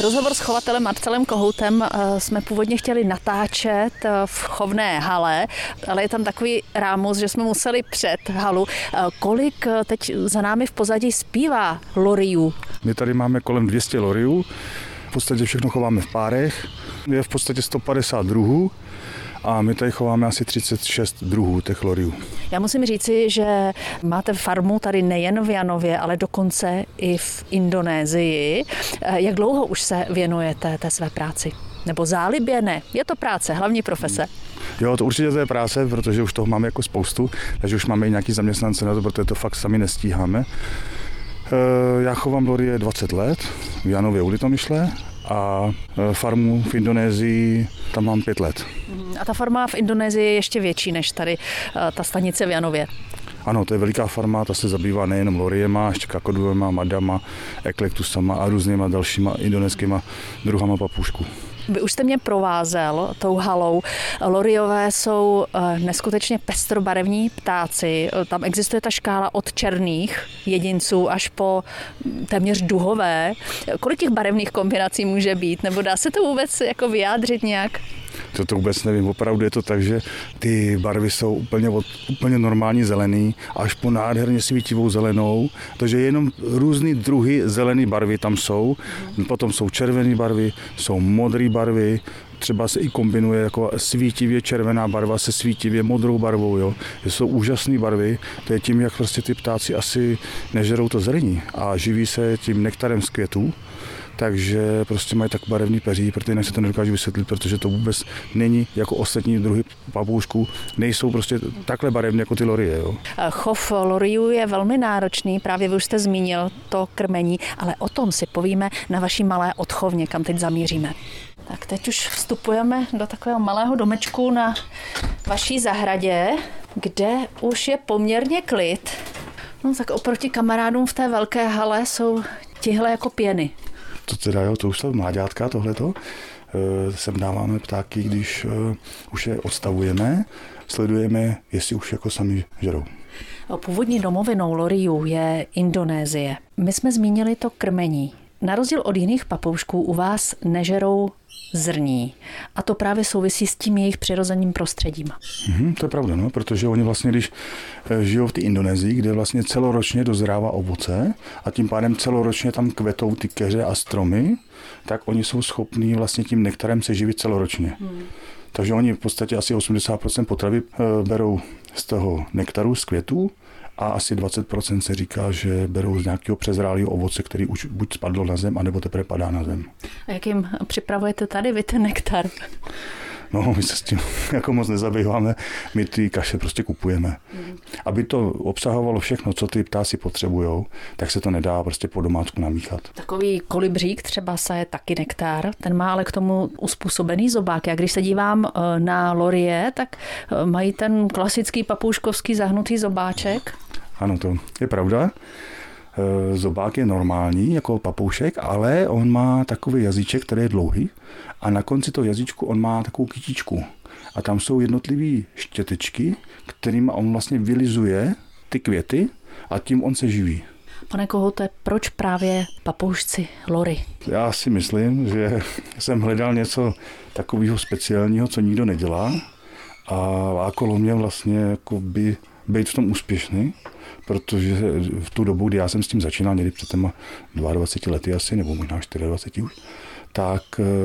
Rozhovor s chovatelem Marcelem Kohoutem jsme původně chtěli natáčet v chovné hale, ale je tam takový rámus, že jsme museli před halu. Kolik teď za námi v pozadí zpívá loriů? My tady máme kolem 200 loriů. V podstatě všechno chováme v párech. Je v podstatě 150 druhů a my tady chováme asi 36 druhů těch loriů. Já musím říci, že máte farmu tady nejen v Janově, ale dokonce i v Indonésii. Jak dlouho už se věnujete té své práci? Nebo zálibě? Ne, je to práce, hlavní profese. Jo, to určitě to je práce, protože už toho máme jako spoustu, takže už máme i nějaký zaměstnance na to, protože to fakt sami nestíháme. Já chovám lorie 20 let v Janově u Litomyšle a farmu v Indonésii tam mám 5 let. A ta farma v Indonésii je ještě větší než tady ta stanice v Janově. Ano, to je veliká farma, ta se zabývá nejenom loriema, ještě kakodujema, madama, eklektusama a různýma dalšíma indonéskýma druhama papoušků. Vy už jste mě provázel tou halou. Loriové jsou neskutečně pestrobarevní ptáci. Tam existuje ta škála od černých jedinců až po téměř duhové. Kolik těch barevných kombinací může být? Nebo dá se to vůbec jako vyjádřit nějak? To vůbec nevím. Opravdu je to tak, že ty barvy jsou úplně normální zelený až po nádherně svítivou zelenou. Takže jenom různý druhy zelené barvy tam jsou. Potom jsou červené barvy, jsou modré barvy, třeba se i kombinuje jako svítivě červená barva se svítivě modrou barvou. Jo. Jsou úžasné barvy, to je tím, jak prostě ty ptáci asi nežerou to zelení a živí se tím nektarem z květů. Takže prostě mají tak barevný peří, protože jinak se to nedokážu vysvětlit, protože to vůbec není jako ostatní druhy papoušků, nejsou prostě takhle barevné jako ty lorie. Jo. Chov loriů je velmi náročný, právě vy už jste zmínil to krmení, ale o tom si povíme na vaší malé odchovně, kam teď zamíříme. Tak teď už vstupujeme do takového malého domečku na vaší zahradě, kde už je poměrně klid. No tak oproti kamarádům v té velké hale jsou tihle jako pěny. To teda jo, to už jsou mláďátka tohleto. Sem dáváme ptáky, když už je odstavujeme, sledujeme, jestli už jako sami žerou. Původní domovinou loriů je Indonésie. My jsme zmínili to krmení. Na rozdíl od jiných papoušků u vás nežerou zrní. A to právě souvisí s tím jejich přirozeným prostředím. To je pravda, no, protože oni vlastně, když žijou v té Indonésii, kde vlastně celoročně dozrává ovoce a tím pádem celoročně tam kvetou ty keře a stromy, tak oni jsou schopní vlastně tím nektarem se živit celoročně. Takže oni v podstatě asi 80% potravy berou z toho nektaru, z květů, a asi 20% se říká, že berou z nějakého přezrálého ovoce, který už buď spadlo na zem, anebo teprve padá na zem. A jak jim připravujete tady vy ten nektar? No, my se s tím jako moc nezabýváme, my ty kaše prostě kupujeme. Aby to obsahovalo všechno, co ty ptáci potřebujou, tak se to nedá prostě po domácku namíchat. Takový kolibřík třeba je taky nektar, ten má ale k tomu uspůsobený zobák. Já když se dívám na lorie, tak mají ten klasický papouškovský zahnutý zobáček. Ano, to je pravda. Zobák je normální jako papoušek, ale on má takový jazyček, který je dlouhý a na konci toho jazyčku on má takovou kytičku. A tam jsou jednotlivý štětečky, kterým on vlastně vylizuje ty květy a tím on se živí. Pane Kohoute, proč právě papoušci lory? Já si myslím, že jsem hledal něco takového speciálního, co nikdo nedělá a lákalo mě vlastně jakoby být v tom úspěšný, protože v tu dobu, kdy já jsem s tím začínal, někdy před těma 22 lety asi, nebo možná 24 už, tak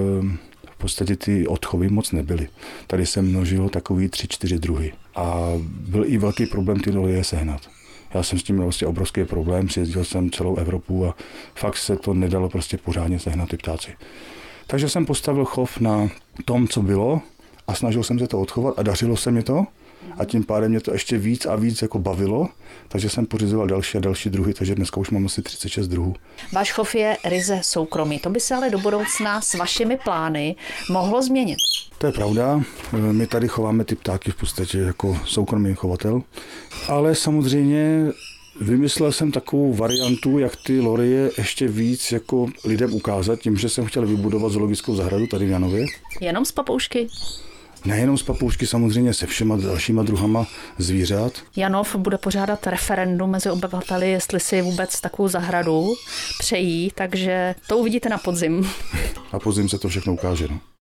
v podstatě ty odchovy moc nebyly. Tady se množilo takový 3-4 druhy. A byl i velký problém ty lorie sehnat. Já jsem s tím měl vlastně obrovský problém, sjezdil jsem celou Evropu a fakt se to nedalo prostě pořádně sehnat ty ptáci. Takže jsem postavil chov na tom, co bylo a snažil jsem se to odchovat a dařilo se mi to. A tím pádem mě to ještě víc a víc jako bavilo, takže jsem pořizoval další a další druhy, takže dneska už mám asi 36 druhů. Váš chov je ryze soukromý, to by se ale do budoucna s vašimi plány mohlo změnit. To je pravda, my tady chováme ty ptáky v podstatě jako soukromý chovatel, ale samozřejmě vymyslel jsem takovou variantu, jak ty lorie ještě víc jako lidem ukázat, tím, že jsem chtěl vybudovat zoologickou zahradu tady v Janově. Jenom z papoušky? Nejenom z papoušky, samozřejmě se všema dalšíma druhama zvířat. Janov bude pořádat referendum mezi obyvateli, jestli si vůbec takovou zahradu přejí, takže to uvidíte na podzim. a podzim se to všechno ukáže. No.